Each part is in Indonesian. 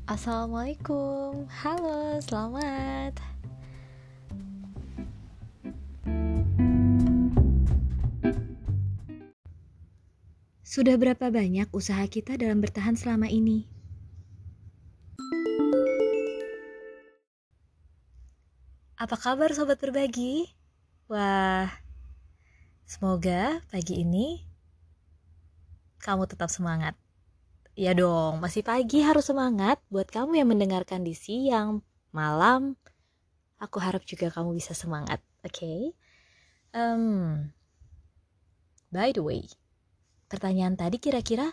Assalamualaikum, halo, selamat. Sudah berapa banyak usaha kita dalam bertahan selama ini? Apa kabar sobat berbagi? Wah, semoga pagi ini kamu tetap semangat. Ya dong, masih pagi harus semangat. Buat kamu yang mendengarkan di siang, malam, aku harap juga kamu bisa semangat, oke? By the way, pertanyaan tadi kira-kira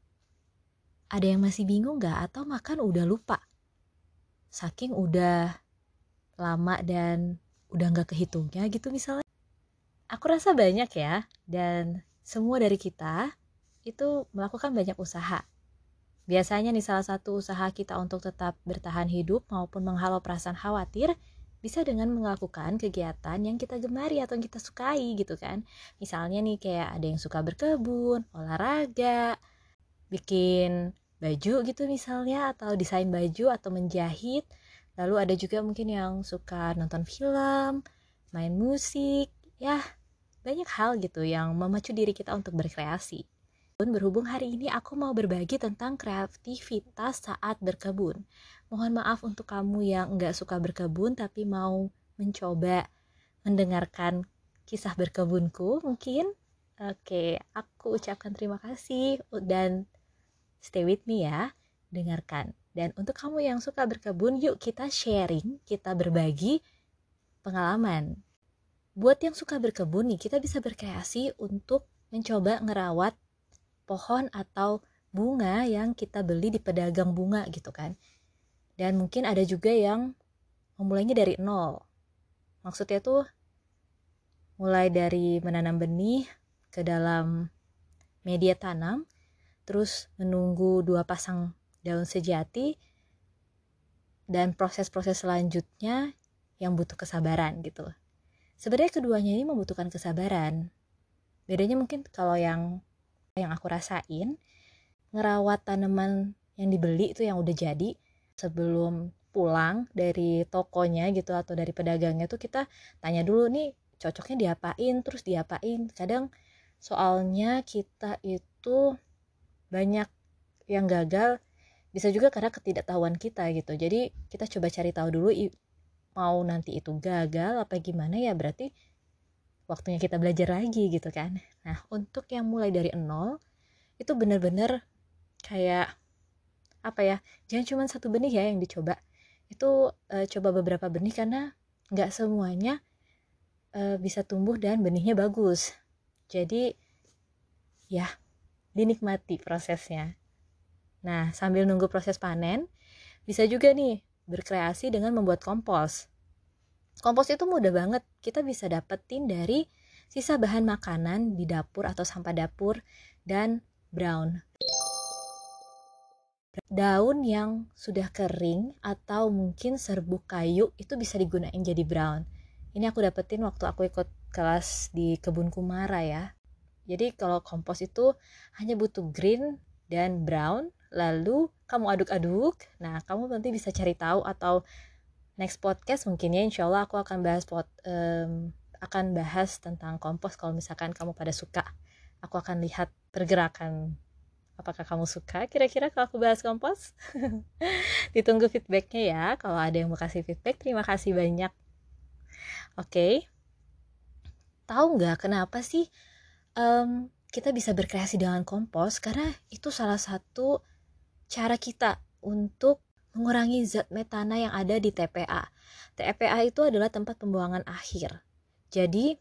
ada yang masih bingung gak? Atau makan udah lupa? Saking udah lama dan udah gak kehitungnya gitu misalnya. Aku rasa banyak ya, dan semua dari kita itu melakukan banyak usaha. Biasanya nih salah satu usaha kita untuk tetap bertahan hidup maupun menghalau perasaan khawatir bisa dengan melakukan kegiatan yang kita gemari atau yang kita sukai gitu kan. Misalnya nih kayak ada yang suka berkebun, olahraga, bikin baju gitu misalnya, atau desain baju atau menjahit. Lalu ada juga mungkin yang suka nonton film, main musik, ya banyak hal gitu yang memacu diri kita untuk berkreasi. Berhubung hari ini aku mau berbagi tentang kreativitas saat berkebun. Mohon maaf untuk kamu yang nggak suka berkebun tapi mau mencoba mendengarkan kisah berkebunku mungkin. Oke, aku ucapkan terima kasih dan stay with me ya, dengarkan. Dan untuk kamu yang suka berkebun, yuk kita sharing, kita berbagi pengalaman. Buat yang suka berkebun nih, kita bisa berkreasi untuk mencoba ngerawat pohon atau bunga yang kita beli di pedagang bunga gitu kan. Dan mungkin ada juga yang memulainya dari nol. Maksudnya tuh mulai dari menanam benih ke dalam media tanam, terus menunggu 2 pasang daun sejati, dan proses-proses selanjutnya yang butuh kesabaran gitu. Sebenarnya keduanya ini membutuhkan kesabaran. Bedanya mungkin kalau yang aku rasain, ngerawat tanaman yang dibeli itu yang udah jadi, sebelum pulang dari tokonya gitu atau dari pedagangnya tuh kita tanya dulu nih cocoknya diapain, terus diapain. Kadang soalnya kita itu banyak yang gagal, bisa juga karena ketidaktahuan kita gitu. Jadi kita coba cari tahu dulu, mau nanti itu gagal apa gimana ya berarti waktunya kita belajar lagi gitu kan. Nah untuk yang mulai dari nol itu benar-benar kayak apa ya, jangan cuma satu benih ya yang dicoba, itu coba beberapa benih karena nggak semuanya bisa tumbuh dan benihnya bagus. Jadi ya dinikmati prosesnya. Nah sambil nunggu proses panen bisa juga nih berkreasi dengan membuat kompos. Kompos itu mudah banget, kita bisa dapetin dari sisa bahan makanan di dapur atau sampah dapur dan brown. Daun yang sudah kering atau mungkin serbuk kayu itu bisa digunain jadi brown. Ini aku dapetin waktu aku ikut kelas di kebun Kumara ya. Jadi kalau kompos itu hanya butuh green dan brown, lalu kamu aduk-aduk. Nah kamu nanti bisa cari tahu atau next podcast mungkin ya, insya Allah aku akan bahas tentang kompos. Kalau misalkan kamu pada suka, aku akan lihat pergerakan apakah kamu suka kira-kira kalau aku bahas kompos. Ditunggu feedbacknya ya. Kalau ada yang mau kasih feedback, terima kasih banyak. Oke. Tahu nggak kenapa sih kita bisa berkreasi dengan kompos? Karena itu salah satu cara kita untuk mengurangi zat metana yang ada di TPA. TPA itu adalah tempat pembuangan akhir. Jadi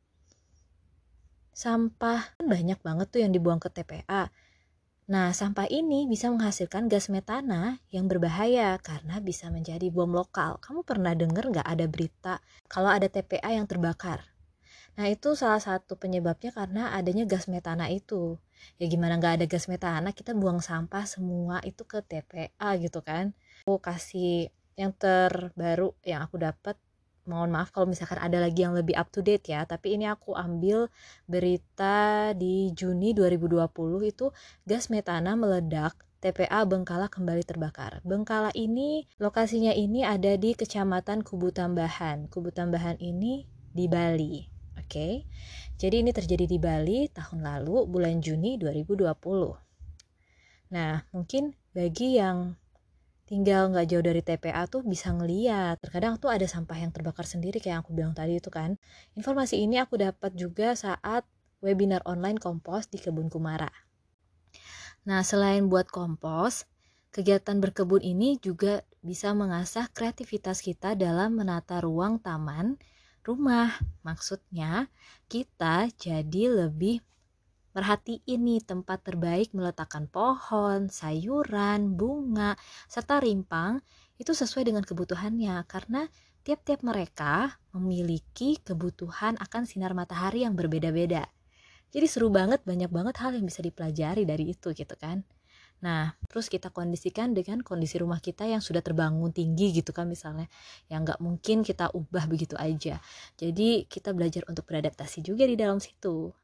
sampah banyak banget tuh yang dibuang ke TPA. Nah, sampah ini bisa menghasilkan gas metana yang berbahaya karena bisa menjadi bom lokal. Kamu pernah dengar nggak ada berita kalau ada TPA yang terbakar? Nah, itu salah satu penyebabnya karena adanya gas metana itu. Ya gimana nggak ada gas metana, kita buang sampah semua itu ke TPA gitu kan. Aku kasih yang terbaru yang aku dapat. Mohon maaf kalau misalkan ada lagi yang lebih up to date ya, tapi ini aku ambil berita di Juni 2020 itu gas metana meledak TPA Bengkala kembali terbakar. Bengkala ini, lokasinya ini ada di Kecamatan Kubu Tambahan. Kubu Tambahan ini di Bali. Oke. Jadi ini terjadi di Bali tahun lalu, bulan Juni 2020. Nah, mungkin bagi yang tinggal nggak jauh dari TPA tuh bisa ngeliat. Terkadang tuh ada sampah yang terbakar sendiri kayak yang aku bilang tadi itu kan. Informasi ini aku dapat juga saat webinar online kompos di Kebun Kumara. Nah, selain buat kompos, kegiatan berkebun ini juga bisa mengasah kreativitas kita dalam menata ruang taman, rumah. Maksudnya, kita jadi lebih merhatiin nih tempat terbaik meletakkan pohon, sayuran, bunga, serta rimpang itu sesuai dengan kebutuhannya karena tiap-tiap mereka memiliki kebutuhan akan sinar matahari yang berbeda-beda. Jadi seru banget, banyak banget hal yang bisa dipelajari dari itu gitu kan. Nah, terus kita kondisikan dengan kondisi rumah kita yang sudah terbangun tinggi gitu kan misalnya. Yang nggak mungkin kita ubah begitu aja. Jadi kita belajar untuk beradaptasi juga di dalam situ.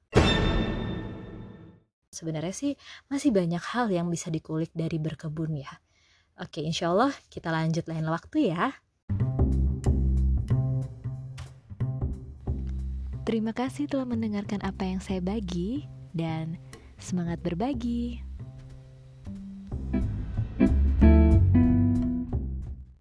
Sebenarnya sih masih banyak hal yang bisa dikulik dari berkebun ya. Oke, insya Allah kita lanjut lain waktu ya. Terima kasih telah mendengarkan apa yang saya bagi dan semangat berbagi.